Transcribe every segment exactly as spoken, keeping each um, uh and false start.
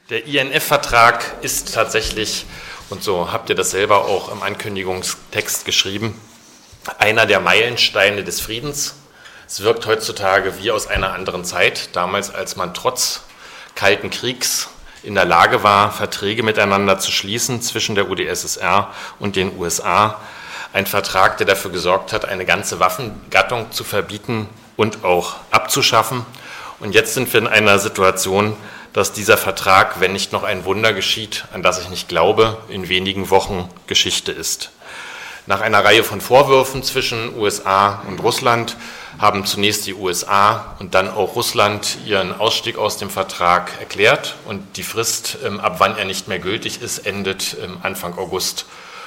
Der I N F-Vertrag ist tatsächlich, und so habt ihr das selber auch im Ankündigungstext geschrieben, einer der Meilensteine des Friedens. Es wirkt heutzutage wie aus einer anderen Zeit, damals als man trotz Kalten Kriegs in der Lage war, Verträge miteinander zu schließen zwischen der U d S S R und den U S A. Ein Vertrag, der dafür gesorgt hat, eine ganze Waffengattung zu verbieten und auch abzuschaffen. Und jetzt sind wir in einer Situation, dass dieser Vertrag, wenn nicht noch ein Wunder geschieht, an das ich nicht glaube, in wenigen Wochen Geschichte ist. Nach einer Reihe von Vorwürfen zwischen U S A und Russland haben zunächst die U S A und dann auch Russland ihren Ausstieg aus dem Vertrag erklärt. Und die Frist, ab wann er nicht mehr gültig ist, endet Anfang August.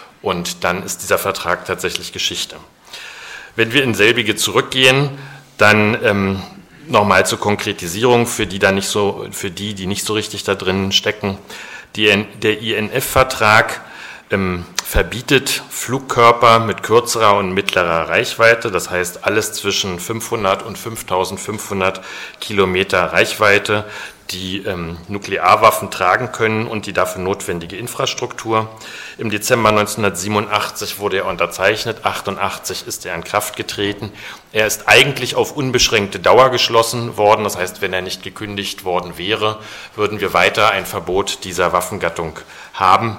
Und dann ist dieser Vertrag tatsächlich Geschichte. Wenn wir in selbige zurückgehen, dann ähm, nochmal zur Konkretisierung für die, da nicht so, für die, die nicht so richtig da drin stecken. Die, der I N F-Vertrag ähm, verbietet Flugkörper mit kürzerer und mittlerer Reichweite, das heißt alles zwischen fünfhundert und fünftausendfünfhundert Kilometer Reichweite, die ähm, Nuklearwaffen tragen können und die dafür notwendige Infrastruktur. Im Dezember neunzehnhundertsiebenundachtzig wurde er unterzeichnet, achtundachtzig ist er in Kraft getreten. Er ist eigentlich auf unbeschränkte Dauer geschlossen worden, das heißt, wenn er nicht gekündigt worden wäre, würden wir weiter ein Verbot dieser Waffengattung haben.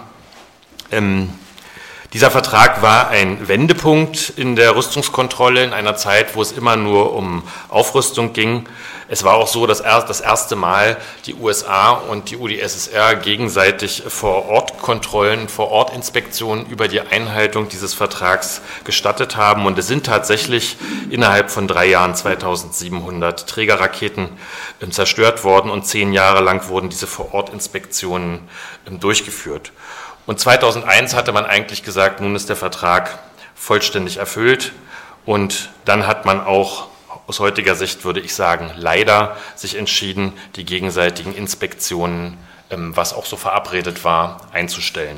Ähm, Dieser Vertrag war ein Wendepunkt in der Rüstungskontrolle in einer Zeit, wo es immer nur um Aufrüstung ging. Es war auch so, dass erst das erste Mal die U S A und die U d S S R gegenseitig Vor-Ort-Kontrollen, Vor-Ort-Inspektionen über die Einhaltung dieses Vertrags gestattet haben. Und es sind tatsächlich innerhalb von drei Jahren zweitausendsiebenhundert Trägerraketen zerstört worden und zehn Jahre lang wurden diese Vor-Ort-Inspektionen durchgeführt. Und zweitausendeins hatte man eigentlich gesagt, nun ist der Vertrag vollständig erfüllt. Und dann hat man auch aus heutiger Sicht, würde ich sagen, leider sich entschieden, die gegenseitigen Inspektionen, was auch so verabredet war, einzustellen.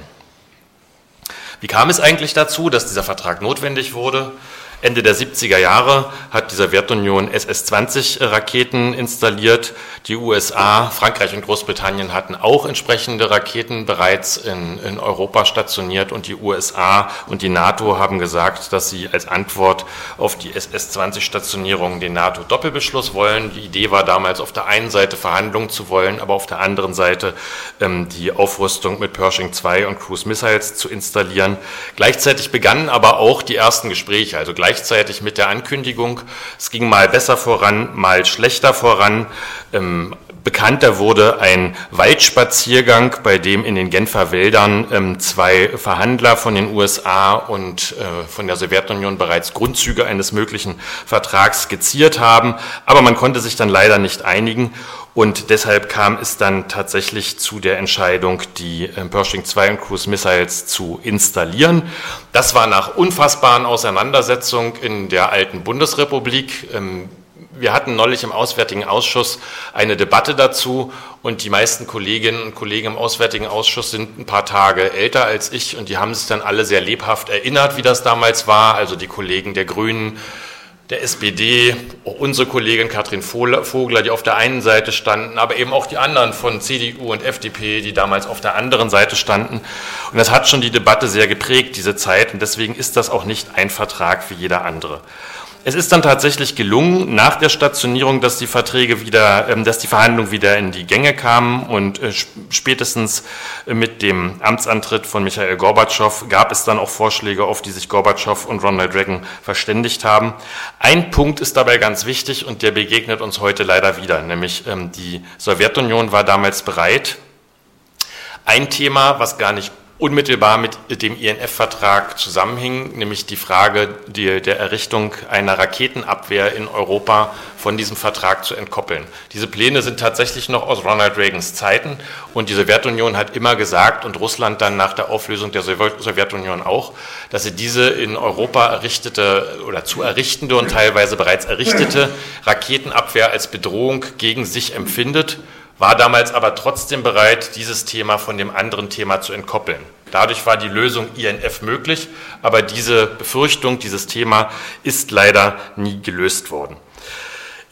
Wie kam es eigentlich dazu, dass dieser Vertrag notwendig wurde? Ende der siebziger Jahre hat die Sowjetunion S S zwanzig Raketen installiert. Die U S A, Frankreich und Großbritannien hatten auch entsprechende Raketen bereits in, in Europa stationiert und die U S A und die NATO haben gesagt, dass sie als Antwort auf die S S zwanzig Stationierung den NATO-Doppelbeschluss wollen. Die Idee war damals auf der einen Seite Verhandlungen zu wollen, aber auf der anderen Seite ähm, die Aufrüstung mit Pershing zwei und Cruise Missiles zu installieren. Gleichzeitig begannen aber auch die ersten Gespräche, also gleich Gleichzeitig mit der Ankündigung. Es ging mal besser voran, mal schlechter voran. Ähm, bekannter wurde ein Waldspaziergang, bei dem in den Genfer Wäldern ähm, zwei Verhandler von den U S A und äh, von der Sowjetunion bereits Grundzüge eines möglichen Vertrags skizziert haben. Aber man konnte sich dann leider nicht einigen. Und deshalb kam es dann tatsächlich zu der Entscheidung, die Pershing zwei und Cruise Missiles zu installieren. Das war nach unfassbaren Auseinandersetzungen in der alten Bundesrepublik. Wir hatten neulich im Auswärtigen Ausschuss eine Debatte dazu und die meisten Kolleginnen und Kollegen im Auswärtigen Ausschuss sind ein paar Tage älter als ich und die haben sich dann alle sehr lebhaft erinnert, wie das damals war. Also die Kollegen der Grünen, der S P D, unsere Kollegin Katrin Vogler, die auf der einen Seite standen, aber eben auch die anderen von C D U und F D P, die damals auf der anderen Seite standen. Und das hat schon die Debatte sehr geprägt, diese Zeit, und deswegen ist das auch nicht ein Vertrag wie jeder andere. Es ist dann tatsächlich gelungen, nach der Stationierung, dass die Verträge wieder, dass die Verhandlungen wieder in die Gänge kamen und spätestens mit dem Amtsantritt von Michail Gorbatschow gab es dann auch Vorschläge, auf die sich Gorbatschow und Ronald Reagan verständigt haben. Ein Punkt ist dabei ganz wichtig und der begegnet uns heute leider wieder, nämlich die Sowjetunion war damals bereit. Ein Thema, was gar nicht unmittelbar mit dem I N F-Vertrag zusammenhing, nämlich die Frage die, der Errichtung einer Raketenabwehr in Europa von diesem Vertrag zu entkoppeln. Diese Pläne sind tatsächlich noch aus Ronald Reagans Zeiten und die Sowjetunion hat immer gesagt und Russland dann nach der Auflösung der Sowjetunion auch, dass sie diese in Europa errichtete oder zu errichtende und teilweise bereits errichtete Raketenabwehr als Bedrohung gegen sich empfindet, war damals aber trotzdem bereit, dieses Thema von dem anderen Thema zu entkoppeln. Dadurch war die Lösung I N F möglich, aber diese Befürchtung, dieses Thema ist leider nie gelöst worden.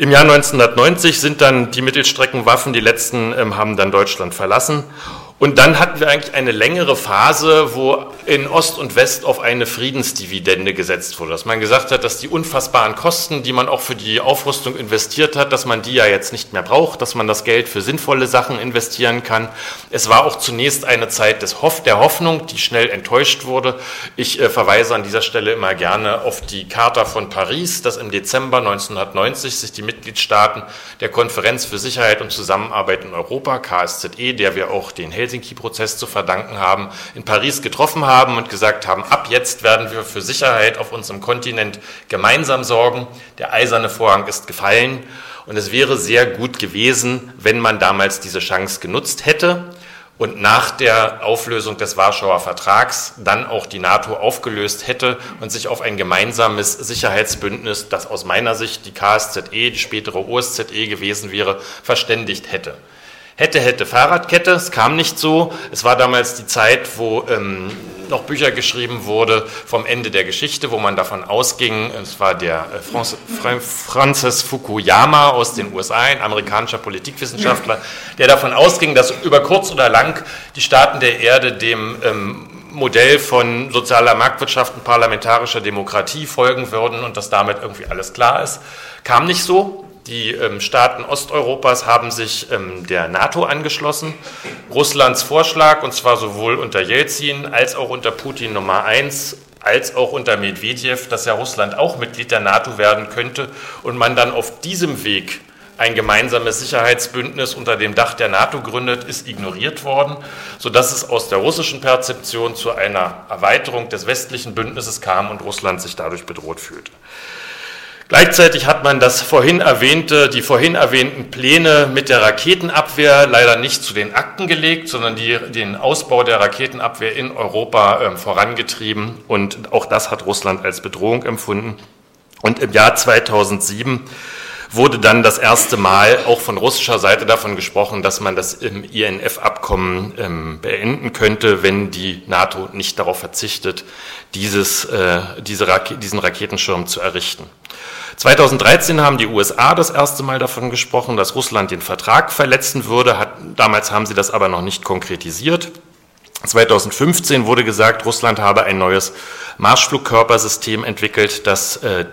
Im Jahr neunzehnhundertneunzig sind dann die Mittelstreckenwaffen, die letzten ähm, haben dann Deutschland verlassen. Und dann hatten wir eigentlich eine längere Phase, wo in Ost und West auf eine Friedensdividende gesetzt wurde. Dass man gesagt hat, dass die unfassbaren Kosten, die man auch für die Aufrüstung investiert hat, dass man die ja jetzt nicht mehr braucht, dass man das Geld für sinnvolle Sachen investieren kann. Es war auch zunächst eine Zeit des Hoff- der Hoffnung, die schnell enttäuscht wurde. Ich äh, verweise an dieser Stelle immer gerne auf die Charta von Paris, dass im Dezember neunzehnhundertneunzig sich die Mitgliedstaaten der Konferenz für Sicherheit und Zusammenarbeit in Europa, K S Z E, der wir auch den Helsinki-Prozess zu verdanken haben, in Paris getroffen haben und gesagt haben, ab jetzt werden wir für Sicherheit auf unserem Kontinent gemeinsam sorgen. Der eiserne Vorhang ist gefallen und es wäre sehr gut gewesen, wenn man damals diese Chance genutzt hätte und nach der Auflösung des Warschauer Vertrags dann auch die NATO aufgelöst hätte und sich auf ein gemeinsames Sicherheitsbündnis, das aus meiner Sicht die K S Z E, die spätere O S Z E gewesen wäre, verständigt hätte. Hätte, hätte, Fahrradkette, es kam nicht so. Es war damals die Zeit, wo ähm, noch Bücher geschrieben wurde vom Ende der Geschichte, wo man davon ausging, es war der äh, Francis Fukuyama aus den U S A, ein amerikanischer Politikwissenschaftler, der davon ausging, dass über kurz oder lang die Staaten der Erde dem ähm, Modell von sozialer Marktwirtschaft und parlamentarischer Demokratie folgen würden und dass damit irgendwie alles klar ist. Kam nicht so. Die ähm, Staaten Osteuropas haben sich ähm, der NATO angeschlossen. Russlands Vorschlag, und zwar sowohl unter Jelzin als auch unter Putin Nummer eins, als auch unter Medvedev, dass ja Russland auch Mitglied der NATO werden könnte und man dann auf diesem Weg ein gemeinsames Sicherheitsbündnis unter dem Dach der NATO gründet, ist ignoriert worden, sodass es aus der russischen Perzeption zu einer Erweiterung des westlichen Bündnisses kam und Russland sich dadurch bedroht fühlte. Gleichzeitig hat man das vorhin erwähnte, die vorhin erwähnten Pläne mit der Raketenabwehr leider nicht zu den Akten gelegt, sondern die, den Ausbau der Raketenabwehr in Europa äh, vorangetrieben. Und auch das hat Russland als Bedrohung empfunden. Und im Jahr zweitausendsieben wurde dann das erste Mal auch von russischer Seite davon gesprochen, dass man das im I N F-Abkommen ähm, beenden könnte, wenn die NATO nicht darauf verzichtet, dieses, äh, diese Rak- diesen Raketenschirm zu errichten. zweitausenddreizehn haben die U S A das erste Mal davon gesprochen, dass Russland den Vertrag verletzen würde. Hat, damals haben sie das aber noch nicht konkretisiert. zweitausendfünfzehn wurde gesagt, Russland habe ein neues Marschflugkörpersystem entwickelt, das äh,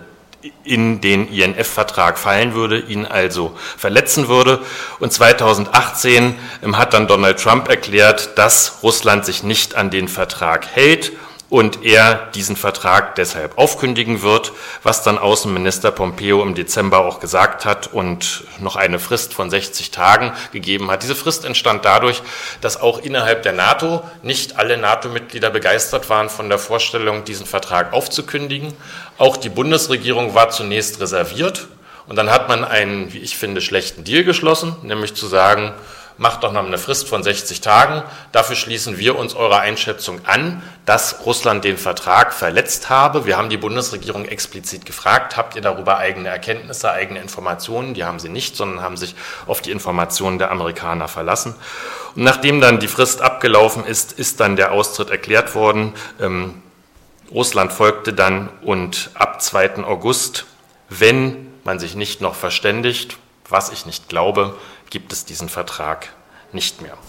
in den I N F-Vertrag fallen würde, ihn also verletzen würde. Und zweitausendachtzehn ähm, hat dann Donald Trump erklärt, dass Russland sich nicht an den Vertrag hält und er diesen Vertrag deshalb aufkündigen wird, was dann Außenminister Pompeo im Dezember auch gesagt hat und noch eine Frist von sechzig Tagen gegeben hat. Diese Frist entstand dadurch, dass auch innerhalb der NATO nicht alle NATO-Mitglieder begeistert waren von der Vorstellung, diesen Vertrag aufzukündigen. Auch die Bundesregierung war zunächst reserviert und dann hat man einen, wie ich finde, schlechten Deal geschlossen, nämlich zu sagen, macht doch noch eine Frist von sechzig Tagen. Dafür schließen wir uns eurer Einschätzung an, dass Russland den Vertrag verletzt habe. Wir haben die Bundesregierung explizit gefragt, habt ihr darüber eigene Erkenntnisse, eigene Informationen? Die haben sie nicht, sondern haben sich auf die Informationen der Amerikaner verlassen. Und nachdem dann die Frist abgelaufen ist, ist dann der Austritt erklärt worden. Ähm, Russland folgte dann und ab zweiten August, wenn man sich nicht noch verständigt, was ich nicht glaube, gibt es diesen Vertrag nicht mehr.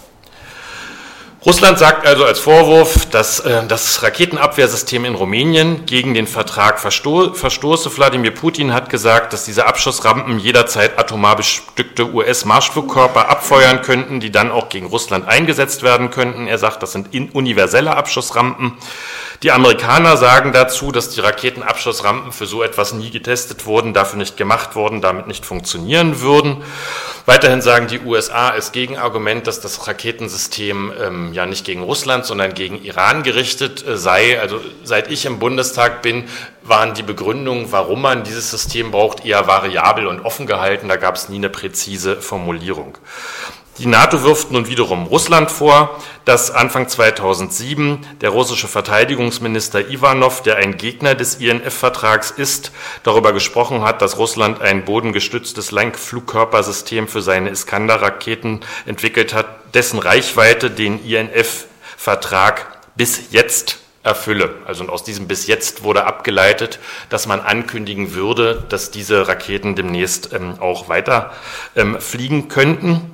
Russland sagt also als Vorwurf, dass äh, das Raketenabwehrsystem in Rumänien gegen den Vertrag versto- verstoße. Wladimir Putin hat gesagt, dass diese Abschussrampen jederzeit atomar bestückte U S-Marschflugkörper abfeuern könnten, die dann auch gegen Russland eingesetzt werden könnten. Er sagt, das sind in- universelle Abschussrampen. Die Amerikaner sagen dazu, dass die Raketenabschussrampen für so etwas nie getestet wurden, dafür nicht gemacht wurden, damit nicht funktionieren würden. Weiterhin sagen die U S A als Gegenargument, dass das Raketensystem ähm, ja nicht gegen Russland, sondern gegen Iran gerichtet äh, sei. Also seit ich im Bundestag bin, waren die Begründungen, warum man dieses System braucht, eher variabel und offen gehalten. Da gab es nie eine präzise Formulierung. Die NATO wirft nun wiederum Russland vor, dass Anfang zweitausendsieben der russische Verteidigungsminister Iwanov, der ein Gegner des I N F-Vertrags ist, darüber gesprochen hat, dass Russland ein bodengestütztes Lenkflugkörpersystem für seine Iskander-Raketen entwickelt hat, dessen Reichweite den I N F-Vertrag bis jetzt erfülle. Also und aus diesem bis jetzt wurde abgeleitet, dass man ankündigen würde, dass diese Raketen demnächst ähm, auch weiter ähm, fliegen könnten.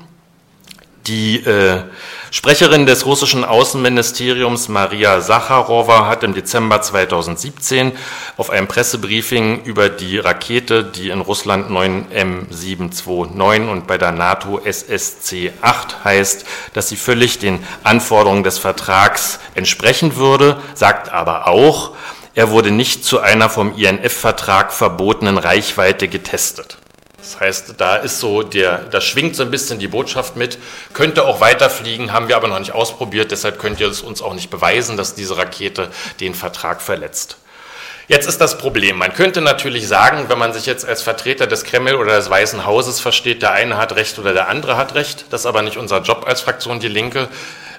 Die äh, Sprecherin des russischen Außenministeriums Maria Sacharowa hat im Dezember zweitausendsiebzehn auf einem Pressebriefing über die Rakete, die in Russland neun M sieben zwei neun und bei der NATO S S C acht heißt, dass sie völlig den Anforderungen des Vertrags entsprechen würde, sagt aber auch, er wurde nicht zu einer vom I N F-Vertrag verbotenen Reichweite getestet. Das heißt, da ist so der, da schwingt so ein bisschen die Botschaft mit, könnte auch weiterfliegen, haben wir aber noch nicht ausprobiert, deshalb könnt ihr es uns auch nicht beweisen, dass diese Rakete den Vertrag verletzt. Jetzt ist das Problem, man könnte natürlich sagen, wenn man sich jetzt als Vertreter des Kreml oder des Weißen Hauses versteht, der eine hat Recht oder der andere hat Recht, das ist aber nicht unser Job als Fraktion Die Linke.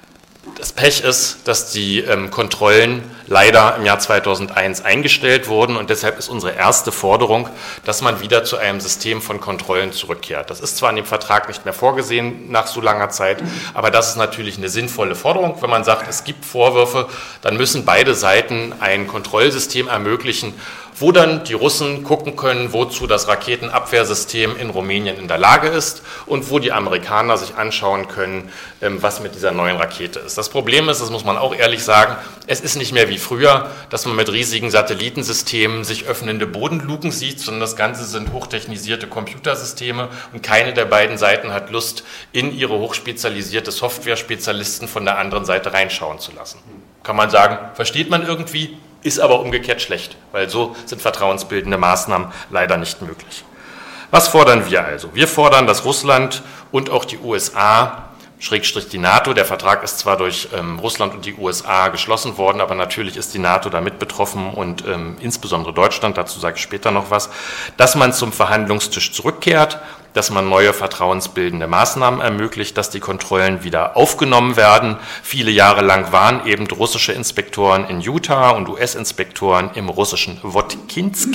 Das Pech ist, dass die ähm, Kontrollen leider im Jahr zweitausendeins eingestellt wurden und deshalb ist unsere erste Forderung, dass man wieder zu einem System von Kontrollen zurückkehrt. Das ist zwar in dem Vertrag nicht mehr vorgesehen nach so langer Zeit, aber das ist natürlich eine sinnvolle Forderung. Wenn man sagt, es gibt Vorwürfe, dann müssen beide Seiten ein Kontrollsystem ermöglichen, wo dann die Russen gucken können, wozu das Raketenabwehrsystem in Rumänien in der Lage ist und wo die Amerikaner sich anschauen können, was mit dieser neuen Rakete ist. Das Problem ist, das muss man auch ehrlich sagen, es ist nicht mehr wie früher, dass man mit riesigen Satellitensystemen sich öffnende Bodenluken sieht, sondern das Ganze sind hochtechnisierte Computersysteme und keine der beiden Seiten hat Lust, in ihre hochspezialisierte Software-Spezialisten von der anderen Seite reinschauen zu lassen. Kann man sagen, versteht man irgendwie? Ist aber umgekehrt schlecht, weil so sind vertrauensbildende Maßnahmen leider nicht möglich. Was fordern wir also? Wir fordern, dass Russland und auch die U S A, Schrägstrich die NATO, der Vertrag ist zwar durch ähm, Russland und die U S A geschlossen worden, aber natürlich ist die NATO da mit betroffen und ähm, insbesondere Deutschland, dazu sage ich später noch was, dass man zum Verhandlungstisch zurückkehrt, dass man neue vertrauensbildende Maßnahmen ermöglicht, dass die Kontrollen wieder aufgenommen werden. Viele Jahre lang waren eben russische Inspektoren in Utah und U S-Inspektoren im russischen Wotkinsk.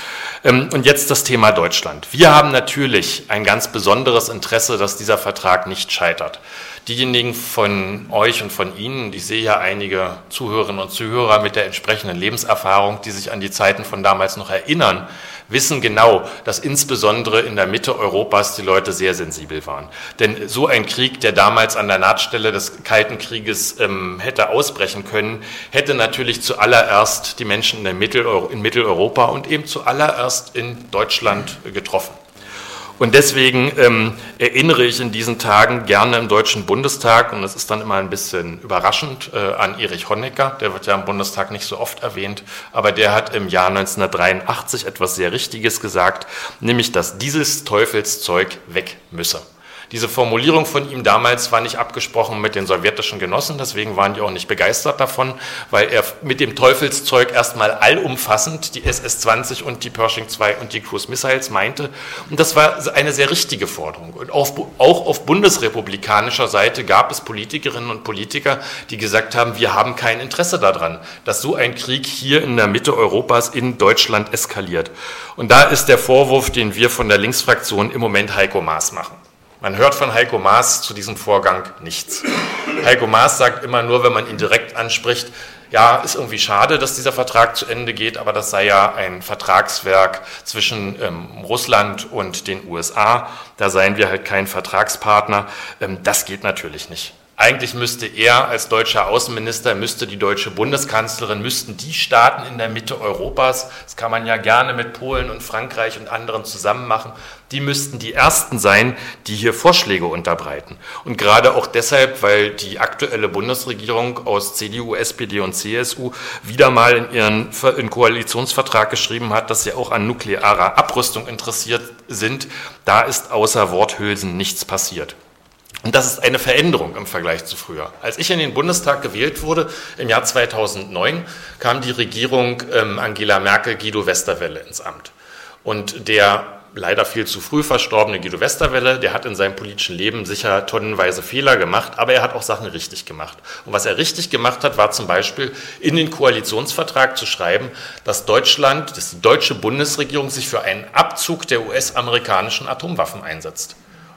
Und jetzt das Thema Deutschland. Wir haben natürlich ein ganz besonderes Interesse, dass dieser Vertrag nicht scheitert. Diejenigen von euch und von Ihnen, ich sehe ja einige Zuhörerinnen und Zuhörer mit der entsprechenden Lebenserfahrung, die sich an die Zeiten von damals noch erinnern, wissen genau, dass insbesondere in der Mitte Europas die Leute sehr sensibel waren. Denn so ein Krieg, der damals an der Nahtstelle des Kalten Krieges ähm, hätte ausbrechen können, hätte natürlich zuallererst die Menschen in, Mitteleuropa, in Mitteleuropa und eben zuallererst in Deutschland getroffen. Und deswegen ähm, erinnere ich in diesen Tagen gerne im Deutschen Bundestag, und das ist dann immer ein bisschen überraschend, äh, an Erich Honecker, der wird ja im Bundestag nicht so oft erwähnt, aber der hat im Jahr neunzehnhundertdreiundachtzig etwas sehr Richtiges gesagt, nämlich, dass dieses Teufelszeug weg müsse. Diese Formulierung von ihm damals war nicht abgesprochen mit den sowjetischen Genossen, deswegen waren die auch nicht begeistert davon, weil er mit dem Teufelszeug erstmal allumfassend die S S zwanzig und die Pershing zwei und die Cruise Missiles meinte. Und das war eine sehr richtige Forderung. Und auf, auch auf bundesrepublikanischer Seite gab es Politikerinnen und Politiker, die gesagt haben, wir haben kein Interesse daran, dass so ein Krieg hier in der Mitte Europas in Deutschland eskaliert. Und da ist der Vorwurf, den wir von der Linksfraktion im Moment Heiko Maas machen. Man hört von Heiko Maas zu diesem Vorgang nichts. Heiko Maas sagt immer nur, wenn man ihn direkt anspricht, ja, ist irgendwie schade, dass dieser Vertrag zu Ende geht, aber das sei ja ein Vertragswerk zwischen ähm, Russland und den U S A. Da seien wir halt kein Vertragspartner. Ähm, das geht natürlich nicht. Eigentlich müsste er als deutscher Außenminister, müsste die deutsche Bundeskanzlerin, müssten die Staaten in der Mitte Europas, das kann man ja gerne mit Polen und Frankreich und anderen zusammen machen, die müssten die Ersten sein, die hier Vorschläge unterbreiten. Und gerade auch deshalb, weil die aktuelle Bundesregierung aus C D U, S P D und C S U wieder mal in ihren in Koalitionsvertrag geschrieben hat, dass sie auch an nuklearer Abrüstung interessiert sind, da ist außer Worthülsen nichts passiert. Und das ist eine Veränderung im Vergleich zu früher. Als ich in den Bundestag gewählt wurde, im Jahr zweitausendneun, kam die Regierung ähm, Angela Merkel, Guido Westerwelle ins Amt. Und der leider viel zu früh verstorbene Guido Westerwelle, der hat in seinem politischen Leben sicher tonnenweise Fehler gemacht, aber er hat auch Sachen richtig gemacht. Und was er richtig gemacht hat, war zum Beispiel in den Koalitionsvertrag zu schreiben, dass Deutschland, dass die deutsche Bundesregierung sich für einen Abzug der U S-amerikanischen Atomwaffen einsetzt.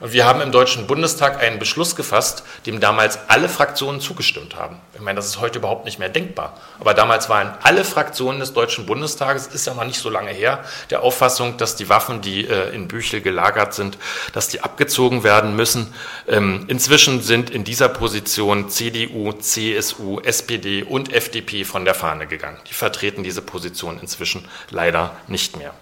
Und wir haben im Deutschen Bundestag einen Beschluss gefasst, dem damals alle Fraktionen zugestimmt haben. Ich meine, das ist heute überhaupt nicht mehr denkbar. Aber damals waren alle Fraktionen des Deutschen Bundestages, ist ja noch nicht so lange her, der Auffassung, dass die Waffen, die äh, in Büchel gelagert sind, dass die abgezogen werden müssen. Ähm, inzwischen sind in dieser Position C D U, C S U, S P D und F D P von der Fahne gegangen. Die vertreten diese Position inzwischen leider nicht mehr.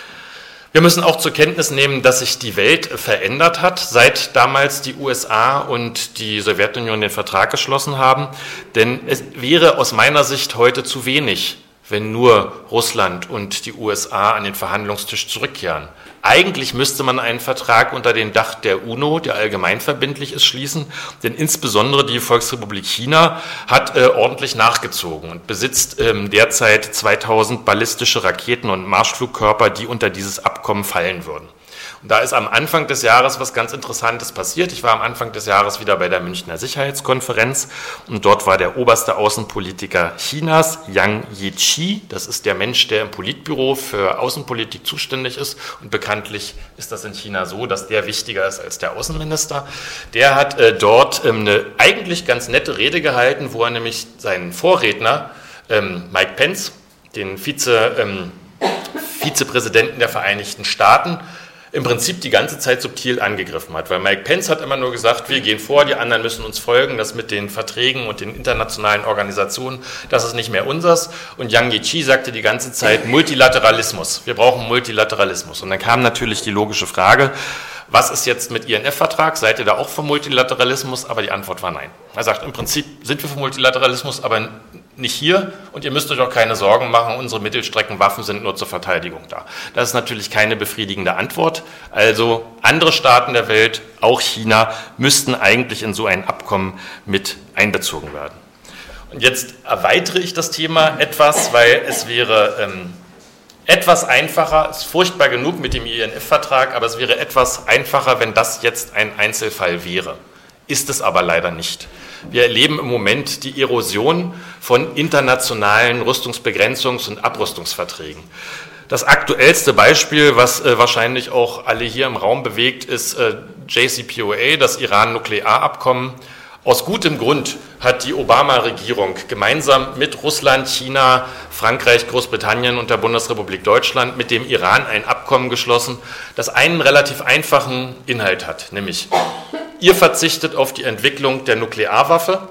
Wir müssen auch zur Kenntnis nehmen, dass sich die Welt verändert hat, seit damals die U S A und die Sowjetunion den Vertrag geschlossen haben. Denn es wäre aus meiner Sicht heute zu wenig, wenn nur Russland und die U S A an den Verhandlungstisch zurückkehren. Eigentlich müsste man einen Vertrag unter dem Dach der UNO, der allgemeinverbindlich ist, schließen, denn insbesondere die Volksrepublik China hat äh, ordentlich nachgezogen und besitzt ähm, derzeit zweitausend ballistische Raketen und Marschflugkörper, die unter dieses Abkommen fallen würden. Und da ist am Anfang des Jahres was ganz Interessantes passiert. Ich war am Anfang des Jahres wieder bei der Münchner Sicherheitskonferenz und dort war der oberste Außenpolitiker Chinas, Yang Jiechi. Das ist der Mensch, der im Politbüro für Außenpolitik zuständig ist. Und bekanntlich ist das in China so, dass der wichtiger ist als der Außenminister. Der hat äh, dort ähm, eine eigentlich ganz nette Rede gehalten, wo er nämlich seinen Vorredner, ähm, Mike Pence, den Vize, ähm, Vizepräsidenten der Vereinigten Staaten, im Prinzip die ganze Zeit subtil angegriffen hat, weil Mike Pence hat immer nur gesagt, wir gehen vor, die anderen müssen uns folgen, das mit den Verträgen und den internationalen Organisationen, das ist nicht mehr unseres. Und Yang Jiechi sagte die ganze Zeit Multilateralismus, wir brauchen Multilateralismus. Und dann kam natürlich die logische Frage, was ist jetzt mit I N F-Vertrag? Seid ihr da auch für Multilateralismus? Aber die Antwort war nein. Er sagt, im Prinzip sind wir für Multilateralismus, aber nicht hier und ihr müsst euch auch keine Sorgen machen, unsere Mittelstreckenwaffen sind nur zur Verteidigung da. Das ist natürlich keine befriedigende Antwort. Also andere Staaten der Welt, auch China, müssten eigentlich in so ein Abkommen mit einbezogen werden. Und jetzt erweitere ich das Thema etwas, weil es wäre ähm, etwas einfacher, ist furchtbar genug mit dem I N F-Vertrag, aber es wäre etwas einfacher, wenn das jetzt ein Einzelfall wäre. Ist es aber leider nicht. Wir erleben im Moment die Erosion von internationalen Rüstungsbegrenzungs- und Abrüstungsverträgen. Das aktuellste Beispiel, was äh, wahrscheinlich auch alle hier im Raum bewegt, ist äh, J C P O A, das Iran-Nuklearabkommen. Aus gutem Grund hat die Obama-Regierung gemeinsam mit Russland, China, Frankreich, Großbritannien und der Bundesrepublik Deutschland mit dem Iran ein Abkommen geschlossen, das einen relativ einfachen Inhalt hat, nämlich ihr verzichtet auf die Entwicklung der Nuklearwaffe,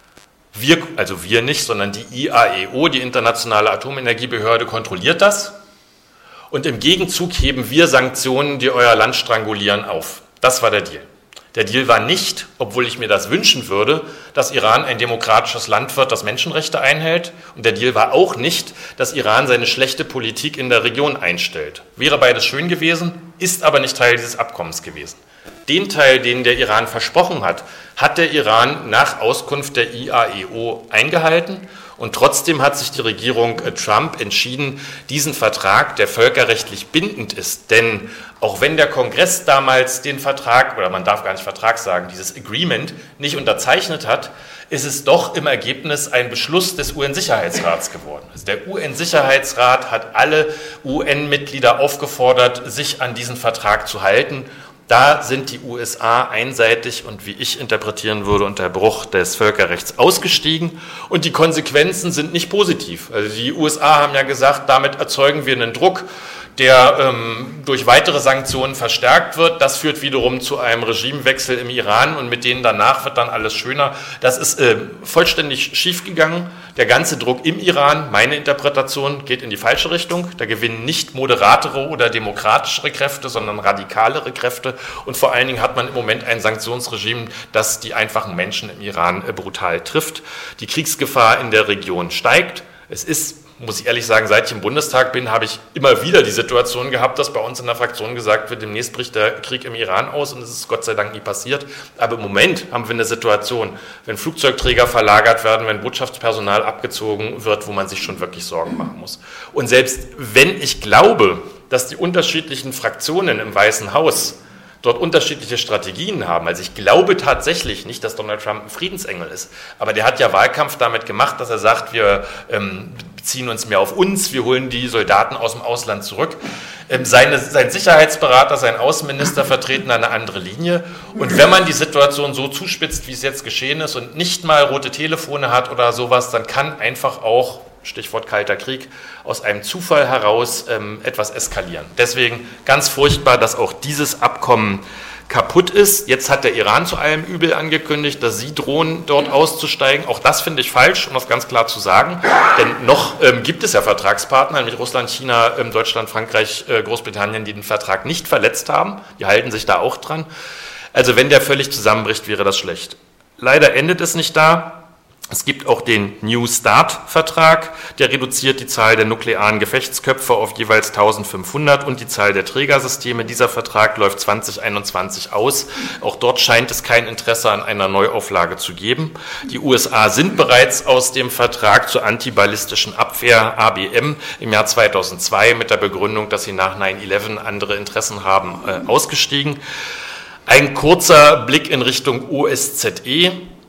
wir, also wir nicht, sondern die I A E O, die Internationale Atomenergiebehörde, kontrolliert das und im Gegenzug heben wir Sanktionen, die euer Land strangulieren, auf. Das war der Deal. Der Deal war nicht, obwohl ich mir das wünschen würde, dass Iran ein demokratisches Land wird, das Menschenrechte einhält. Und der Deal war auch nicht, dass Iran seine schlechte Politik in der Region einstellt. Wäre beides schön gewesen, ist aber nicht Teil dieses Abkommens gewesen. Den Teil, den der Iran versprochen hat, hat der Iran nach Auskunft der I A E O eingehalten. Und trotzdem hat sich die Regierung Trump entschieden, diesen Vertrag, der völkerrechtlich bindend ist, denn auch wenn der Kongress damals den Vertrag, oder man darf gar nicht Vertrag sagen, dieses Agreement nicht unterzeichnet hat, ist es doch im Ergebnis ein Beschluss des U N-Sicherheitsrats geworden. Also der U N-Sicherheitsrat hat alle U N-Mitglieder aufgefordert, sich an diesen Vertrag zu halten. Da sind die U S A einseitig und wie ich interpretieren würde, unter Bruch des Völkerrechts ausgestiegen und die Konsequenzen sind nicht positiv. Also die U S A haben ja gesagt, damit erzeugen wir einen Druck, der ähm, durch weitere Sanktionen verstärkt wird. Das führt wiederum zu einem Regimewechsel im Iran und mit denen danach wird dann alles schöner. Das ist äh, vollständig schiefgegangen. Der ganze Druck im Iran, meine Interpretation, geht in die falsche Richtung. Da gewinnen nicht moderatere oder demokratischere Kräfte, sondern radikalere Kräfte. Und vor allen Dingen hat man im Moment ein Sanktionsregime, das die einfachen Menschen im Iran äh, brutal trifft. Die Kriegsgefahr in der Region steigt. Es ist, muss ich ehrlich sagen, seit ich im Bundestag bin, habe ich immer wieder die Situation gehabt, dass bei uns in der Fraktion gesagt wird, demnächst bricht der Krieg im Iran aus und es ist Gott sei Dank nie passiert. Aber im Moment haben wir eine Situation, wenn Flugzeugträger verlagert werden, wenn Botschaftspersonal abgezogen wird, wo man sich schon wirklich Sorgen machen muss. Und selbst wenn ich glaube, dass die unterschiedlichen Fraktionen im Weißen Haus dort unterschiedliche Strategien haben. Also ich glaube tatsächlich nicht, dass Donald Trump ein Friedensengel ist, aber der hat ja Wahlkampf damit gemacht, dass er sagt, wir ähm, beziehen uns mehr auf uns, wir holen die Soldaten aus dem Ausland zurück. Ähm, seine, sein Sicherheitsberater, sein Außenminister vertreten eine andere Linie. Und wenn man die Situation so zuspitzt, wie es jetzt geschehen ist und nicht mal rote Telefone hat oder sowas, dann kann einfach auch, Stichwort Kalter Krieg, aus einem Zufall heraus ähm, etwas eskalieren. Deswegen ganz furchtbar, dass auch dieses Abkommen kaputt ist. Jetzt hat der Iran zu allem Übel angekündigt, dass sie drohen, dort auszusteigen. Auch das finde ich falsch, um das ganz klar zu sagen. Denn noch ähm, gibt es ja Vertragspartner, nämlich Russland, China, ähm, Deutschland, Frankreich, äh, Großbritannien, die den Vertrag nicht verletzt haben. Die halten sich da auch dran. Also wenn der völlig zusammenbricht, wäre das schlecht. Leider endet es nicht da. Es gibt auch den New Start-Vertrag, der reduziert die Zahl der nuklearen Gefechtsköpfe auf jeweils eintausendfünfhundert und die Zahl der Trägersysteme. Dieser Vertrag läuft zwanzig einundzwanzig aus. Auch dort scheint es kein Interesse an einer Neuauflage zu geben. Die U S A sind bereits aus dem Vertrag zur antiballistischen Abwehr A B M im Jahr zweitausendzwei mit der Begründung, dass sie nach neun elf andere Interessen haben, äh, ausgestiegen. Ein kurzer Blick in Richtung O S Z E.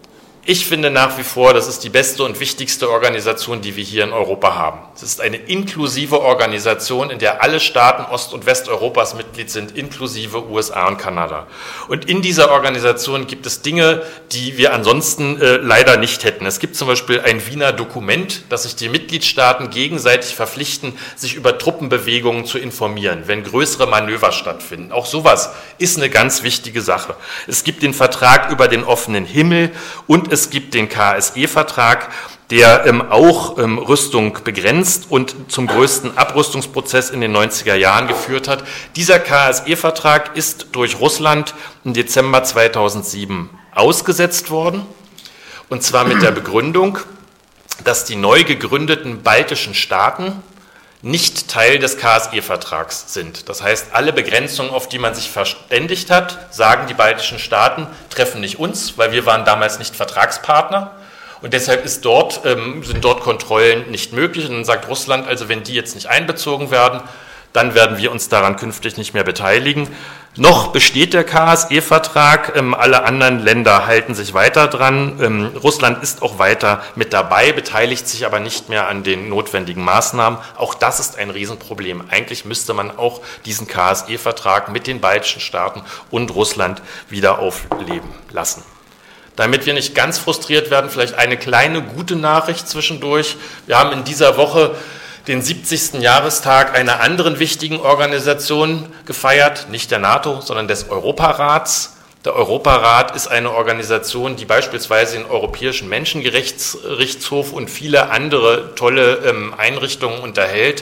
Ich finde nach wie vor, das ist die beste und wichtigste Organisation, die wir hier in Europa haben. Es ist eine inklusive Organisation, in der alle Staaten Ost- und Westeuropas Mitglied sind, inklusive U S A und Kanada. Und in dieser Organisation gibt es Dinge, die wir ansonsten äh, leider nicht hätten. Es gibt zum Beispiel ein Wiener Dokument, das sich die Mitgliedstaaten gegenseitig verpflichten, sich über Truppenbewegungen zu informieren, wenn größere Manöver stattfinden. Auch sowas ist eine ganz wichtige Sache. Es gibt den Vertrag über den offenen Himmel und es gibt den K S E-Vertrag, der ähm, auch ähm, Rüstung begrenzt und zum größten Abrüstungsprozess in den neunziger Jahren geführt hat. Dieser K S E-Vertrag ist durch Russland im Dezember zweitausendsieben ausgesetzt worden, und zwar mit der Begründung, dass die neu gegründeten baltischen Staaten nicht Teil des K S E-Vertrags sind. Das heißt, alle Begrenzungen, auf die man sich verständigt hat, sagen die baltischen Staaten, treffen nicht uns, weil wir waren damals nicht Vertragspartner. Und deshalb ist dort, ähm, sind dort Kontrollen nicht möglich. Und dann sagt Russland, also wenn die jetzt nicht einbezogen werden, dann werden wir uns daran künftig nicht mehr beteiligen. Noch besteht der K S E-Vertrag, ähm, alle anderen Länder halten sich weiter dran. Ähm, Russland ist auch weiter mit dabei, beteiligt sich aber nicht mehr an den notwendigen Maßnahmen. Auch das ist ein Riesenproblem. Eigentlich müsste man auch diesen K S E-Vertrag mit den baltischen Staaten und Russland wieder aufleben lassen. Damit wir nicht ganz frustriert werden, vielleicht eine kleine gute Nachricht zwischendurch. Wir haben in dieser Woche den siebzigsten Jahrestag einer anderen wichtigen Organisation gefeiert, nicht der NATO, sondern des Europarats. Der Europarat ist eine Organisation, die beispielsweise den Europäischen Menschengerichtshof und viele andere tolle ähm, Einrichtungen unterhält.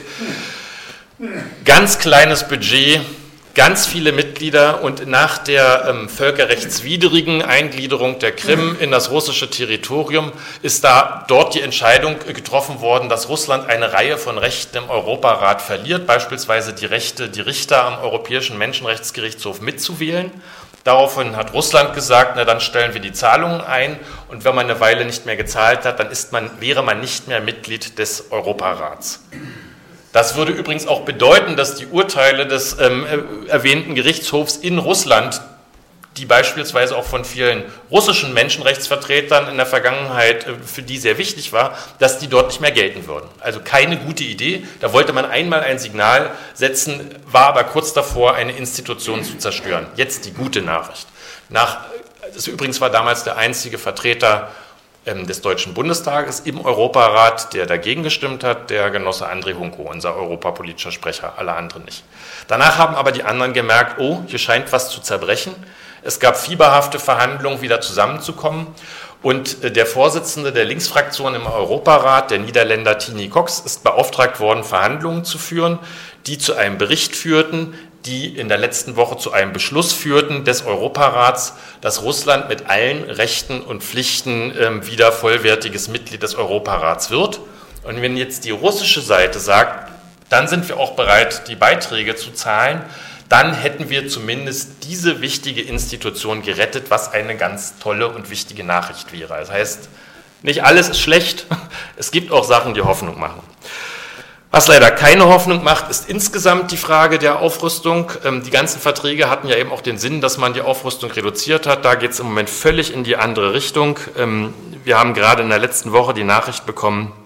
Ganz kleines Budget, ganz viele Mitglieder, und nach der ähm, völkerrechtswidrigen Eingliederung der Krim in das russische Territorium ist da dort die Entscheidung getroffen worden, dass Russland eine Reihe von Rechten im Europarat verliert, beispielsweise die Rechte, die Richter am Europäischen Menschenrechtsgerichtshof mitzuwählen. Daraufhin hat Russland gesagt, na dann stellen wir die Zahlungen ein, und wenn man eine Weile nicht mehr gezahlt hat, dann ist man, wäre man nicht mehr Mitglied des Europarats. Das würde übrigens auch bedeuten, dass die Urteile des ähm, erwähnten Gerichtshofs in Russland, die beispielsweise auch von vielen russischen Menschenrechtsvertretern in der Vergangenheit, äh, für die sehr wichtig war, dass die dort nicht mehr gelten würden. Also keine gute Idee. Da wollte man einmal ein Signal setzen, war aber kurz davor, eine Institution zu zerstören. Jetzt die gute Nachricht. Nach, das übrigens war damals der einzige Vertreter des Deutschen Bundestages im Europarat, der dagegen gestimmt hat, der Genosse André Hunko, unser europapolitischer Sprecher, alle anderen nicht. Danach haben aber die anderen gemerkt, oh, hier scheint was zu zerbrechen. Es gab fieberhafte Verhandlungen, wieder zusammenzukommen, und der Vorsitzende der Linksfraktion im Europarat, der Niederländer Tini Cox, ist beauftragt worden, Verhandlungen zu führen, die zu einem Bericht führten, die in der letzten Woche zu einem Beschluss führten des Europarats, dass Russland mit allen Rechten und Pflichten äh, wieder vollwertiges Mitglied des Europarats wird. Und wenn jetzt die russische Seite sagt, dann sind wir auch bereit, die Beiträge zu zahlen, dann hätten wir zumindest diese wichtige Institution gerettet, was eine ganz tolle und wichtige Nachricht wäre. Das heißt, nicht alles ist schlecht, es gibt auch Sachen, die Hoffnung machen. Was leider keine Hoffnung macht, ist insgesamt die Frage der Aufrüstung. Die ganzen Verträge hatten ja eben auch den Sinn, dass man die Aufrüstung reduziert hat. Da geht es im Moment völlig in die andere Richtung. Wir haben gerade in der letzten Woche die Nachricht bekommen,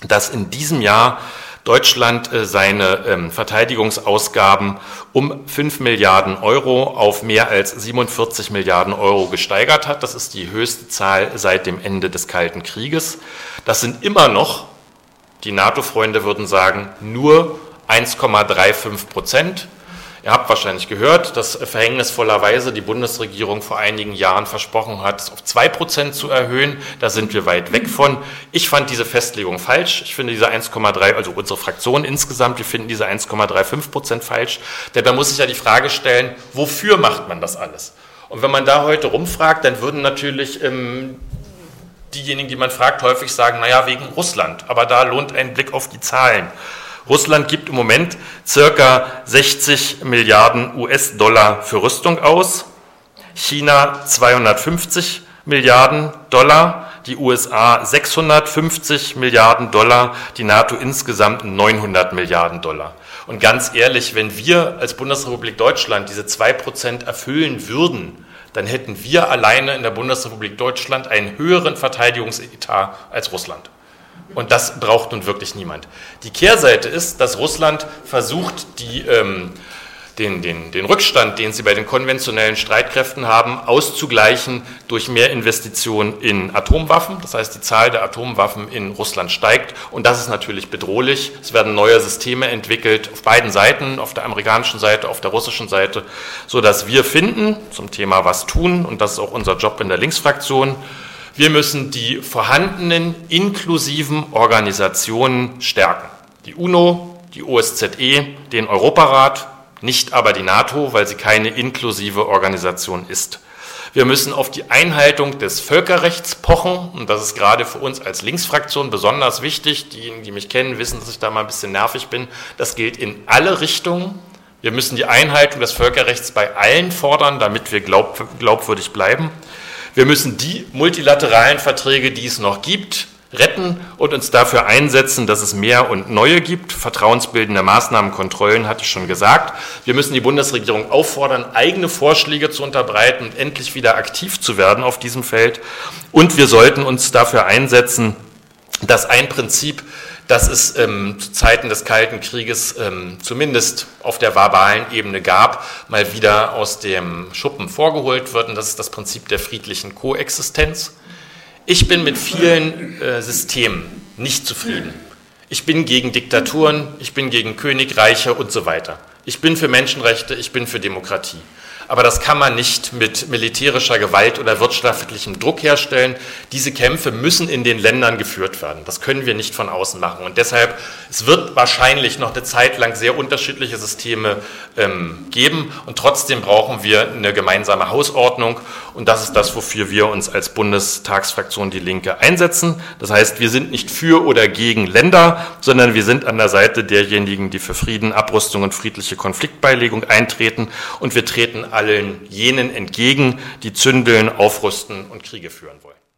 dass in diesem Jahr Deutschland äh, seine ähm, Verteidigungsausgaben um fünf Milliarden Euro auf mehr als siebenundvierzig Milliarden Euro gesteigert hat. Das ist die höchste Zahl seit dem Ende des Kalten Krieges. Das sind immer noch, die NATO-Freunde würden sagen, nur eins Komma fünfunddreißig Prozent. Ihr habt wahrscheinlich gehört, dass verhängnisvollerweise die Bundesregierung vor einigen Jahren versprochen hat, es auf zwei Prozent zu erhöhen. Da sind wir weit weg von. Ich fand diese Festlegung falsch. Ich finde diese eins Komma drei, also unsere Fraktion insgesamt, wir finden diese eins Komma fünfunddreißig Prozent falsch. Denn da muss sich ja die Frage stellen, wofür macht man das alles? Und wenn man da heute rumfragt, dann würden natürlich ähm, diejenigen, die man fragt, häufig sagen, naja, wegen Russland. Aber da lohnt ein Blick auf die Zahlen. Russland gibt im Moment circa sechzig Milliarden U S-Dollar für Rüstung aus, China zweihundertfünfzig Milliarden Dollar, die U S A sechshundertfünfzig Milliarden Dollar, die NATO insgesamt neunhundert Milliarden Dollar. Und ganz ehrlich, wenn wir als Bundesrepublik Deutschland diese zwei Prozent erfüllen würden, dann hätten wir alleine in der Bundesrepublik Deutschland einen höheren Verteidigungsetat als Russland. Und das braucht nun wirklich niemand. Die Kehrseite ist, dass Russland versucht, die, ähm, den, den, den Rückstand, den sie bei den konventionellen Streitkräften haben, auszugleichen durch mehr Investitionen in Atomwaffen. Das heißt, die Zahl der Atomwaffen in Russland steigt und das ist natürlich bedrohlich. Es werden neue Systeme entwickelt auf beiden Seiten, auf der amerikanischen Seite, auf der russischen Seite, sodass wir finden, zum Thema was tun, und das ist auch unser Job in der Linksfraktion, wir müssen die vorhandenen inklusiven Organisationen stärken. Die UNO, die O S Z E, den Europarat, nicht aber die NATO, weil sie keine inklusive Organisation ist. Wir müssen auf die Einhaltung des Völkerrechts pochen, und das ist gerade für uns als Linksfraktion besonders wichtig. Diejenigen, die mich kennen, wissen, dass ich da mal ein bisschen nervig bin. Das gilt in alle Richtungen. Wir müssen die Einhaltung des Völkerrechts bei allen fordern, damit wir glaub, glaubwürdig bleiben. Wir müssen die multilateralen Verträge, die es noch gibt, retten und uns dafür einsetzen, dass es mehr und neue gibt. Vertrauensbildende Maßnahmen, Kontrollen hatte ich schon gesagt. Wir müssen die Bundesregierung auffordern, eigene Vorschläge zu unterbreiten und endlich wieder aktiv zu werden auf diesem Feld. Und wir sollten uns dafür einsetzen, dass ein Prinzip, das es ähm, zu Zeiten des Kalten Krieges ähm, zumindest auf der verbalen Ebene gab, mal wieder aus dem Schuppen vorgeholt wird. Und das ist das Prinzip der friedlichen Koexistenz. Ich bin mit vielen äh, Systemen nicht zufrieden. Ich bin gegen Diktaturen, ich bin gegen Königreiche und so weiter. Ich bin für Menschenrechte, ich bin für Demokratie. Aber das kann man nicht mit militärischer Gewalt oder wirtschaftlichem Druck herstellen. Diese Kämpfe müssen in den Ländern geführt werden. Das können wir nicht von außen machen. Und deshalb, es wird wahrscheinlich noch eine Zeit lang sehr unterschiedliche Systeme ähm, geben. Und trotzdem brauchen wir eine gemeinsame Hausordnung. Und das ist das, wofür wir uns als Bundestagsfraktion Die Linke einsetzen. Das heißt, wir sind nicht für oder gegen Länder, sondern wir sind an der Seite derjenigen, die für Frieden, Abrüstung und friedliche Konfliktbeilegung eintreten. Und wir treten allen jenen entgegen, die zündeln, aufrüsten und Kriege führen wollen.